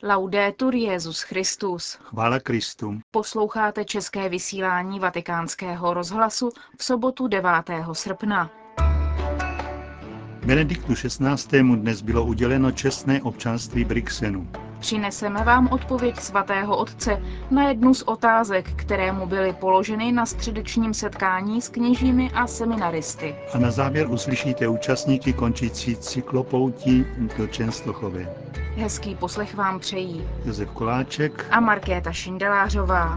Laudetur Jesus Christus. Chvála Kristu. Posloucháte české vysílání Vatikánského rozhlasu v sobotu 9. srpna. Benediktu XVI. Dnes bylo uděleno čestné občanství Brixenu. Přineseme vám odpověď svatého otce na jednu z otázek, které mu byly položeny na středečním setkání s kněžími a seminaristy. A na závěr uslyšíte účastníky končící cyklopoutí do Čenstochové. Hezký poslech vám přejí Josef Koláček a Markéta Šindelářová.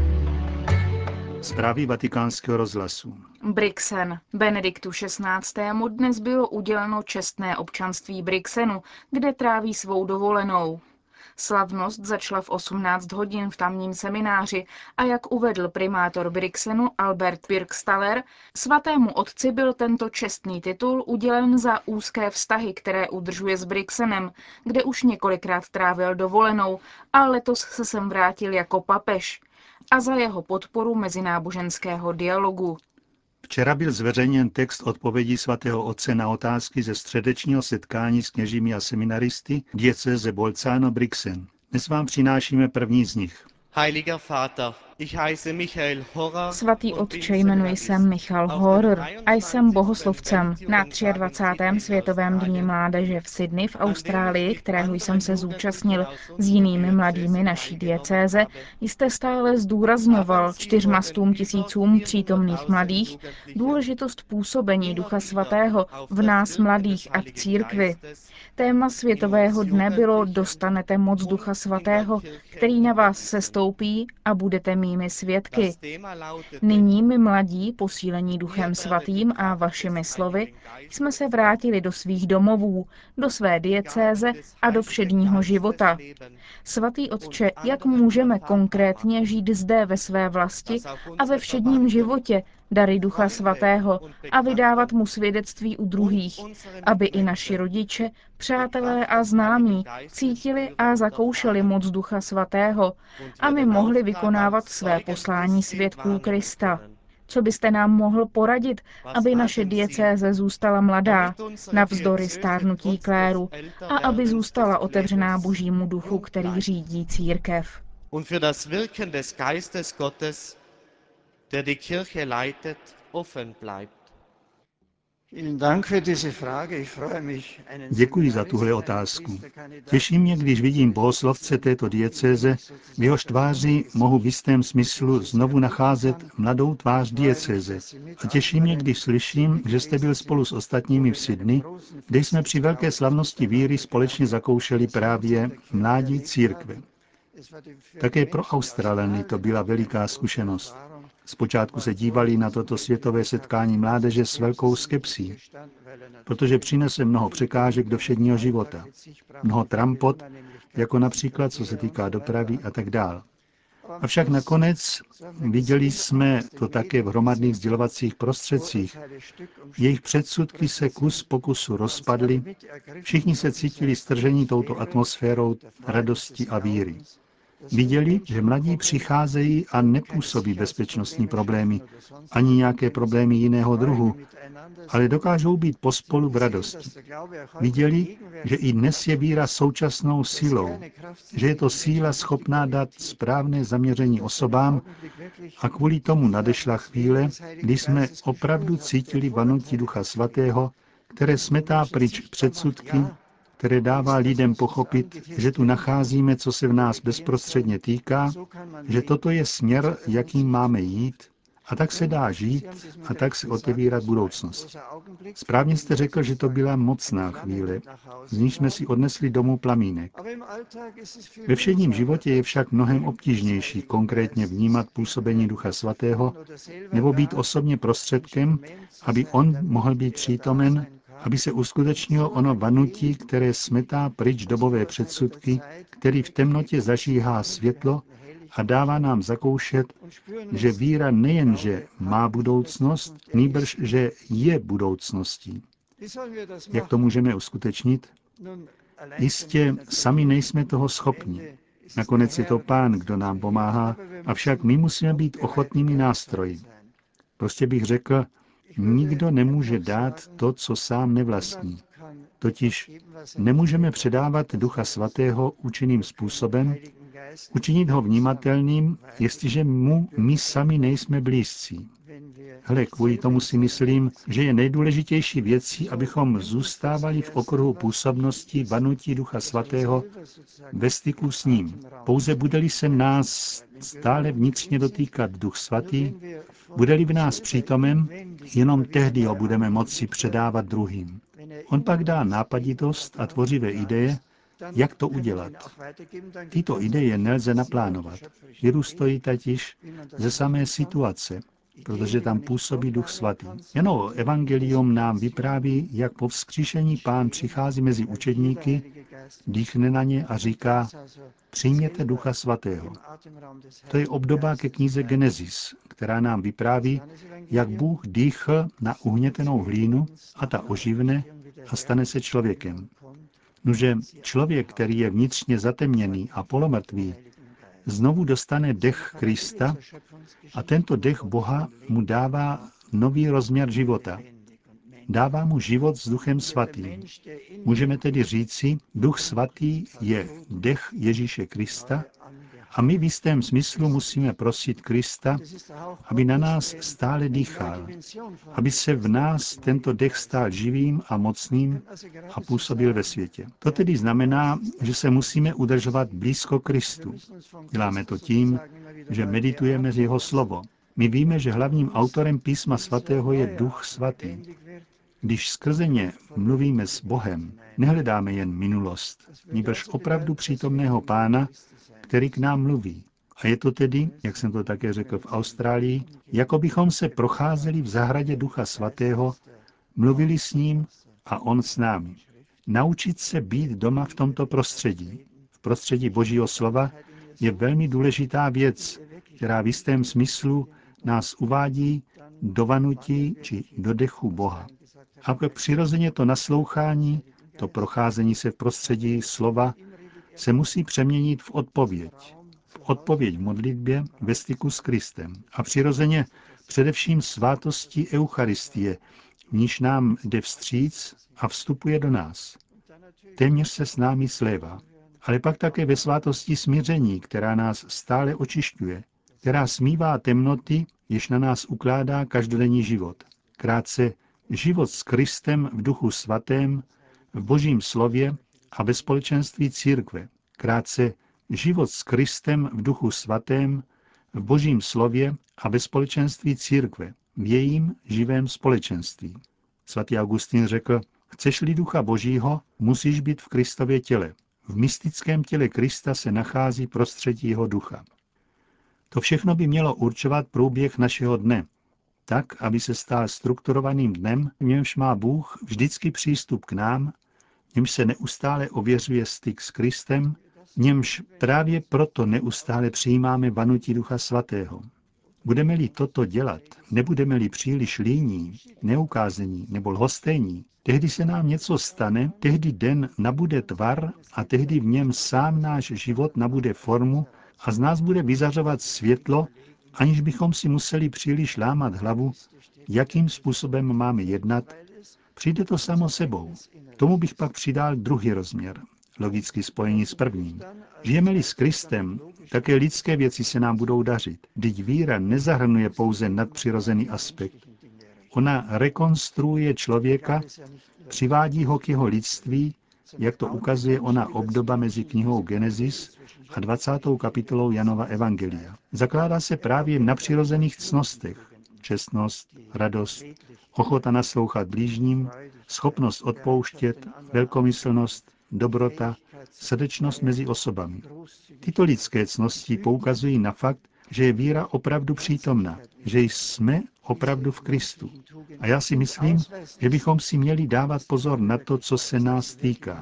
Zprávy Vatikánského rozhlasu. Brixen. Benediktu XVI. Dnes bylo uděleno čestné občanství Brixenu, kde tráví svou dovolenou. Slavnost začala v 18 hodin v tamním semináři a jak uvedl primátor Brixenu Albert Birkstaller, svatému otci byl tento čestný titul udělen za úzké vztahy, které udržuje s Brixenem, kde už několikrát trávil dovolenou a letos se sem vrátil jako papež, a za jeho podporu mezináboženského dialogu. Včera byl zveřejněn text odpovědí svatého otce na otázky ze středečního setkání s kněžími a seminaristy diecéze Bolzano-Brixen. Dnes vám přinášíme první z nich. Heiliger Vater, ich heiße Michael Horrer. Svatý otče, jmenuji se Michal Horrer a jsem bohoslovcem. Na 23. světovém dni mládeže v Sydney v Austrálii, kterého jsem se zúčastnil s jinými mladými naší diecéze, jste stále zdůrazňoval 400 000 přítomných mladých důležitost působení Ducha Svatého v nás mladých a v církvi. Téma světového dne bylo Dostanete moc Ducha Svatého, který na vás sestoupí a budete mými svědky. Nyní my mladí, posílení Duchem Svatým a vašimi slovy, jsme se vrátili do svých domovů, do své diecéze a do všedního života. Svatý otče, jak můžeme konkrétně žít zde ve své vlasti a ve všedním životě dary Ducha Svatého a vydávat mu svědectví u druhých, aby i naši rodiče, přátelé a známí cítili a zakoušeli moc Ducha Svatého a my mohli vykonávat své poslání svědků Krista. Co byste nám mohl poradit, aby naše diecéze zůstala mladá, navzdory stárnutí kléru, a aby zůstala otevřená Božímu duchu, který řídí církev? Der die Kirche leitet, offen bleibt. Děkuji za tuhle otázku. Těší mě, když vidím bohoslovce této diecéze, v jehož tváři mohu v jistém smyslu znovu nacházet mladou tvář diecéze. A těší mě, když slyším, že jste byl spolu s ostatními v Sydney, kde jsme při velké slavnosti víry společně zakoušeli právě mládí církve. Také pro Australany to byla veliká zkušenost. Zpočátku se dívali na toto světové setkání mládeže s velkou skepsí, protože přinese mnoho překážek do všedního života. Mnoho trampot, jako například co se týká dopravy a tak dál. Avšak nakonec viděli jsme to také v hromadných sdělovacích prostředcích. Jejich předsudky se kus po kusu rozpadly, všichni se cítili stržení touto atmosférou radosti a víry. Viděli, že mladí přicházejí a nepůsobí bezpečnostní problémy, ani nějaké problémy jiného druhu, ale dokážou být pospolu v radosti. Viděli, že i dnes je víra současnou silou, že je to síla schopná dát správné zaměření osobám a kvůli tomu nadešla chvíle, kdy jsme opravdu cítili vanutí Ducha Svatého, které smetá pryč předsudky, které dává lidem pochopit, že tu nacházíme, co se v nás bezprostředně týká, že toto je směr, jakým máme jít, a tak se dá žít a tak se otevírat budoucnost. Správně jste řekl, že to byla mocná chvíle, z níž jsme si odnesli domů plamínek. Ve všedním životě je však mnohem obtížnější konkrétně vnímat působení Ducha Svatého nebo být osobně prostředkem, aby on mohl být přítomen, aby se uskutečnilo ono vanutí, které smetá pryč dobové předsudky, který v temnotě zažíhá světlo a dává nám zakoušet, že víra nejenže má budoucnost, nýbrž, že je budoucností. Jak to můžeme uskutečnit? Jistě, sami nejsme toho schopni. Nakonec je to Pán, kdo nám pomáhá, avšak my musíme být ochotnými nástroji. Prostě bych řekl, nikdo nemůže dát to, co sám nevlastní. Totiž nemůžeme předávat Ducha Svatého účinným způsobem, učinit ho vnímatelným, jestliže mu my sami nejsme blízcí. Hle, kvůli tomu si myslím, že je nejdůležitější věcí, abychom zůstávali v okruhu působnosti vanutí Ducha Svatého ve styku s ním. Pouze bude-li se nás stále vnitřně dotýkat Duch Svatý, bude-li v nás přítomen, jenom tehdy ho budeme moci předávat druhým. On pak dá nápaditost a tvořivé ideje, jak to udělat. Tyto ideje nelze naplánovat. Vyrůstají totiž ze samé situace, protože tam působí Duch Svatý. Jenom evangelium nám vypráví, jak po vzkříšení Pán přichází mezi učedníky, dýchne na ně a říká, přijměte Ducha Svatého. To je obdoba ke knize Genesis, která nám vypráví, jak Bůh dýchl na uhnětenou hlínu a ta oživne a stane se člověkem. Nože člověk, který je vnitřně zatemněný a polomrtvý, znovu dostane dech Krista a tento dech Boha mu dává nový rozměr života. Dává mu život s Duchem Svatým. Můžeme tedy říci, Duch Svatý je dech Ježíše Krista a my v jistém smyslu musíme prosit Krista, aby na nás stále dýchal, aby se v nás tento dech stal živým a mocným a působil ve světě. To tedy znamená, že se musíme udržovat blízko Kristu. Děláme to tím, že meditujeme z jeho slovo. My víme, že hlavním autorem písma svatého je Duch Svatý. Když skrze ně mluvíme s Bohem, nehledáme jen minulost, nýbrž opravdu přítomného Pána, který k nám mluví. A je to tedy, jak jsem to také řekl v Austrálii, jako bychom se procházeli v zahradě Ducha Svatého, mluvili s ním a on s námi. Naučit se být doma v tomto prostředí, v prostředí Božího slova, je velmi důležitá věc, která v jistém smyslu nás uvádí do vanutí či do dechu Boha. A přirozeně to naslouchání, to procházení se v prostředí slova, se musí přeměnit v odpověď. V odpověď v modlitbě ve styku s Kristem. A přirozeně především svátostí Eucharistie, v níž nám jde vstříc a vstupuje do nás. Téměř se s námi slévá. Ale pak také ve svátosti smíření, která nás stále očišťuje, která smívá temnoty, jež na nás ukládá každodenní život. Krátce život s Kristem v Duchu Svatém, v Božím slově a ve společenství církve. Krátce život s Kristem v Duchu Svatém, v Božím slově a ve společenství církve, v jejím živém společenství. Svatý Augustín řekl, chceš-li Ducha Božího, musíš být v Kristově těle. V mystickém těle Krista se nachází prostředí jeho ducha. To všechno by mělo určovat průběh našeho dne, tak, aby se stal strukturovaným dnem, v němž má Bůh vždycky přístup k nám, v němž se neustále ověřuje styk s Kristem, v němž právě proto neustále přijímáme vanutí Ducha Svatého. Budeme-li toto dělat, nebudeme-li příliš líní, neukázení nebo lhostejní, tehdy se nám něco stane, tehdy den nabude tvar a tehdy v něm sám náš život nabude formu a z nás bude vyzařovat světlo, aniž bychom si museli příliš lámat hlavu, jakým způsobem máme jednat. Přijde to samo sebou. K tomu bych pak přidal druhý rozměr, logicky spojený s prvním. Žijeme-li s Kristem, také lidské věci se nám budou dařit. Vždyť víra nezahrnuje pouze nadpřirozený aspekt. Ona rekonstruuje člověka, přivádí ho k jeho lidství, jak to ukazuje ona obdoba mezi knihou Genesis a 20. kapitolou Janova Evangelia. Zakládá se právě na přirozených ctnostech. Čestnost, radost, ochota naslouchat blížním, schopnost odpouštět, velkomyslnost, dobrota, srdečnost mezi osobami. Tyto lidské ctnosti poukazují na fakt, že je víra opravdu přítomna, že jsme opravdu v Kristu. A já si myslím, že bychom si měli dávat pozor na to, co se nás týká.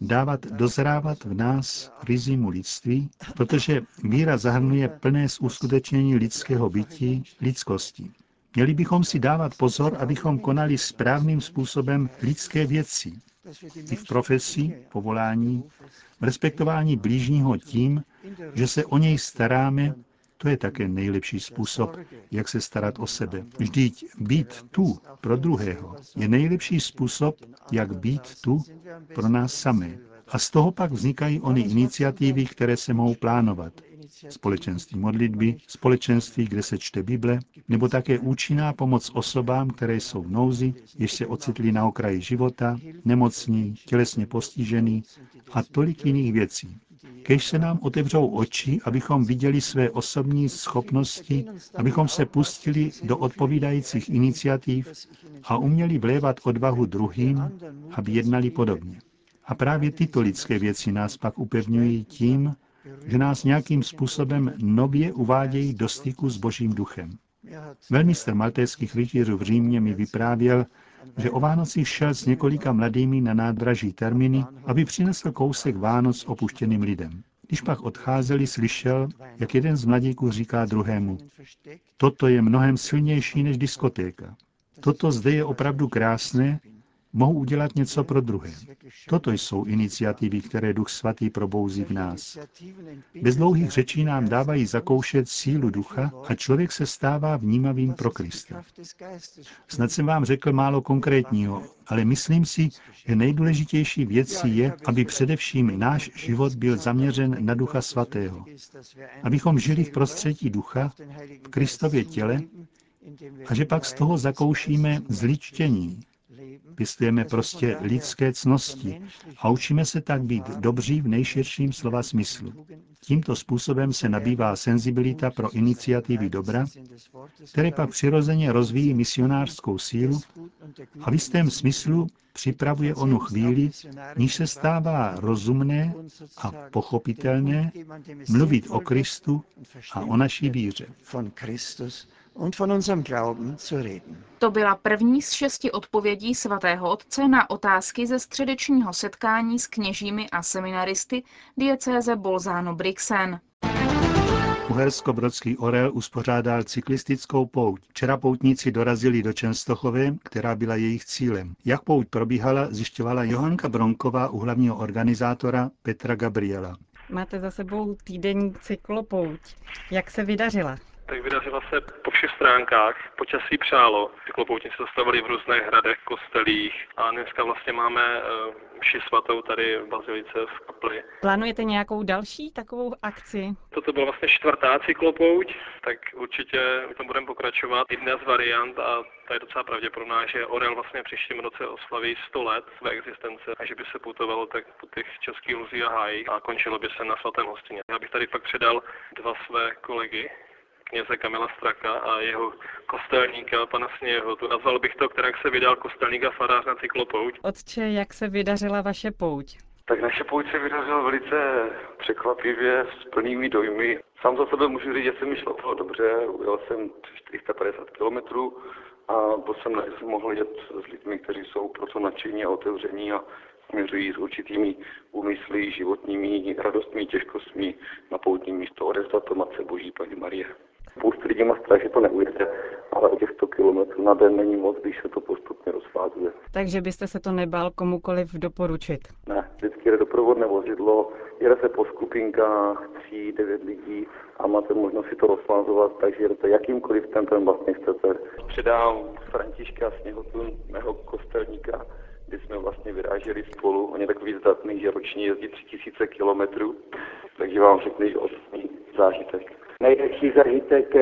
Dozrávat v nás rizimu lidství, protože víra zahrnuje plné uskutečnění lidského bytí, lidskosti. Měli bychom si dávat pozor, abychom konali správným způsobem lidské věci. I v profesi, povolání, v respektování blížního tím, že se o něj staráme, To je také nejlepší způsob, jak se starat o sebe. Vždyť být tu pro druhého je nejlepší způsob, jak být tu pro nás samé. A z toho pak vznikají ony iniciativy, které se mohou plánovat. Společenství modlitby, společenství, kde se čte Bible, nebo také účinná pomoc osobám, které jsou v nouzi, jež se ocitli na okraji života, nemocní, tělesně postižení a tolik jiných věcí. Kéž se nám otevřou oči, abychom viděli své osobní schopnosti, abychom se pustili do odpovídajících iniciativ a uměli vlévat odvahu druhým, aby jednali podobně. A právě tyto lidské věci nás pak upevňují tím, že nás nějakým způsobem nově uvádějí do styku s Božím duchem. Velmistr maltéských rytířů v Římě mi vyprávěl, že o Vánocích šel s několika mladými na nádraží Termini, aby přinesl kousek Vánoc opuštěným lidem. Když pak odcházeli, slyšel, jak jeden z mladíků říká druhému: toto je mnohem silnější než diskotéka. Toto zde je opravdu krásné, mohu udělat něco pro druhé. Toto jsou iniciativy, které Duch Svatý probouzí v nás. Bez dlouhých řečí nám dávají zakoušet sílu ducha a člověk se stává vnímavým pro Krista. Snad jsem vám řekl málo konkrétního, ale myslím si, že nejdůležitější věcí je, aby především náš život byl zaměřen na Ducha Svatého. Abychom žili v prostředí ducha, v Kristově těle, a že pak z toho zakoušíme zličtění. Pěstujeme prostě lidské ctnosti a učíme se tak být dobří v nejširším slova smyslu. Tímto způsobem se nabývá senzibilita pro iniciativy dobra, které pak přirozeně rozvíjí misionářskou sílu a v jistém smyslu připravuje onu chvíli, níž se stává rozumné a pochopitelné mluvit o Kristu a o naší víře. To byla první z 6 odpovědí svatého otce na otázky ze středečního setkání s kněžími a seminaristy diecéze Bolzano-Brixen. Uhersko-Brodský Orel uspořádal cyklistickou pouť. Včera poutníci dorazili do Częstochowy, která byla jejich cílem. Jak pouť probíhala, zjišťovala Johanka Bronková u hlavního organizátora Petra Gabriela. Máte za sebou týdenní cyklopouť. Jak se vydařila? Tak vydařila se po všech stránkách, počasí přálo, cyklopoutníci se zastavili v různých hradech, kostelích a dneska vlastně máme mši svatou tady v bazilice v kapli. Plánujete nějakou další takovou akci? Toto byla vlastně 4. cyklopouť, tak určitě tam budeme pokračovat. Jedna z variant a ta je docela pravděpodobná, že Orel vlastně příštím roce oslaví 100 let své existence a že by se putovalo tak po těch českých luzích a hájích a končilo by se na svatém hostině. Já bych tady pak předal 2 své kolegy, kněze Kamila Straka a jeho kostelníka, pana Sněhotu. Nazval bych to, kterak se vydal kostelník a farář na cyklopouť. Otče, jak se vydařila vaše pouť? Tak naše pouť se vydařila velice překvapivě, s plnými dojmy. Sám za sebe můžu říct, že se mi šlo dobře, ujel jsem 450 kilometrů a byl jsem rád, že jsem mohl jet s lidmi, kteří jsou proto nadšení a otevření a směřují s určitými úmysly, životními radostmi, těžkostmi na poutní místo odevzdat to Matce Boží Panny Marie. Spousta lidí má strach, že to neujede, ale o těch 100 kilometrů na den není moc, když se to postupně rozfázuje. Takže byste se to nebál komukoliv doporučit? Ne, vždycky jde doprovodné vozidlo, jede se po skupinkách 3-9 lidí a máte možnost si to rozfázovat, takže jedete jakýmkoliv tempem vlastně chcete. Předám Františka Sněhotu, mého kostelníka, kdy jsme vlastně vyráželi spolu. On je takový zdatný, že ročně jezdí 3000 kilometrů, takže vám řeknu, že osobní zážitek. Nejlepší zážitek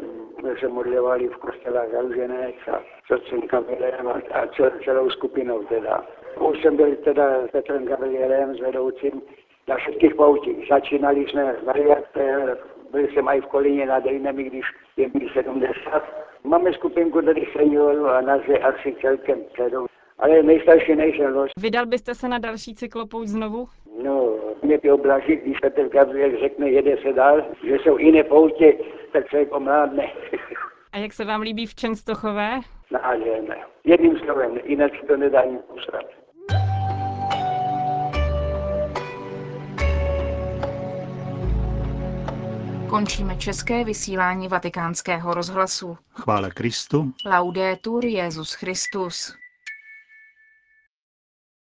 se modlívali v kostele Zaluženec a s otcem Gabrielem a celou skupinou teda. Už jsem byl teda s Petrem Gabrielem, s vedoucím na všetkých poutích. Začínali jsme z Mariáce, byl jsem aj v Kolíně nad Rýnem, když je mi 70. Máme skupinku tady seniorů a nás je asi celkem 7. Ale nejstarší nejsem. Vydal byste se na další cyklopouť znovu? No, mě by oblaží, když Petr Gabriel řekne, jede se dál, že jsou jiné poutě, tak člověk omládne. A jak se vám líbí v Częstochové? Nádherné. Jedním slovem, jinak si to nedá ani posrat. Končíme české vysílání Vatikánského rozhlasu. Chvála Kristu. Laudetur Jesus Christus.